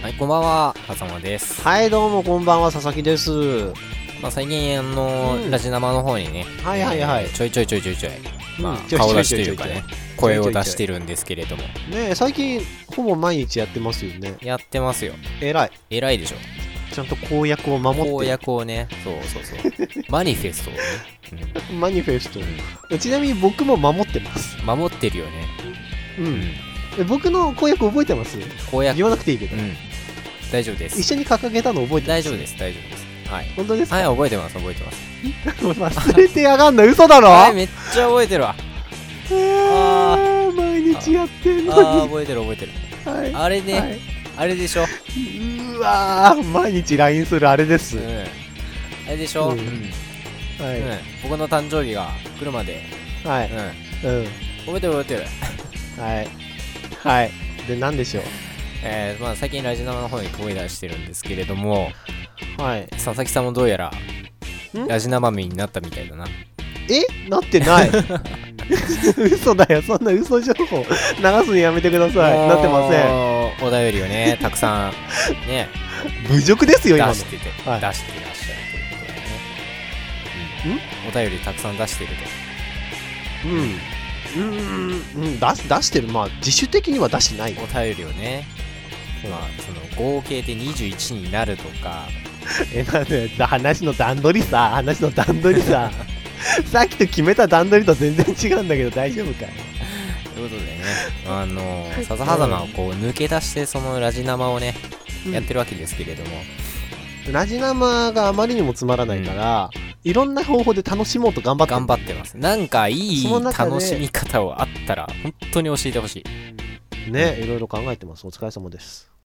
はい、こんばんは、はざまです。 はい、どうもこんばんは、佐々木です。 最近ラジ生の方にね、 はいはいはい、 ちょい、 ちょい顔出しというかね、声を出してるんですけれども。 ねえ、最近ほぼ毎日やってますよね。 やってますよ。 偉い。 偉いでしょ。 ちゃんと公約を守ってる。 公約をね、そう。マニフェストをね。 マニフェスト。ちなみに僕も守ってます。 守ってるよね。 僕の公約覚えてます？ 公約言わなくていいけど。 大丈夫です。 一緒に掲げたの覚えてます？ 大丈夫です。はい。 本当ですか？ はい、覚えてます。 忘れてやがんな、嘘だろ？ はい、めっちゃ覚えてるわ。 毎日やってんのに。 覚えてる。 はい、 あれね、 はい、 あれでしょ。 うわー、毎日 LINE するあれです。 あれでしょ。 はい、 僕の誕生日が来るまで。 はい、 覚えてる。 はい。で、なんでしょう。 最近ラジナマの方に声出してるんですけれども、 はい。 佐々木さんもどうやらラジナマ民になったみたいだな。 なってない嘘だよ、そんな嘘情報流すのやめてください。なってません。 お便りをね、たくさんね、 侮辱ですよ、今の。 出してらっしゃるということでね。お便りたくさん出してると。出してる。まあ、自主的には出してない。 お便りをね、その合計で21になるとか。 なんで、話の段取りさ。さっきと決めた段取りと全然違うんだけど大丈夫かい？ ということでね、笹はざまをこう抜け出してそのラジ生をね、やってるわけですけれども、 ラジ生があまりにもつまらないから、いろんな方法で楽しもうと頑張ってます。なんかいい楽しみ方をあったら本当に教えてほしいね。いろいろ考えてます。お疲れ様です。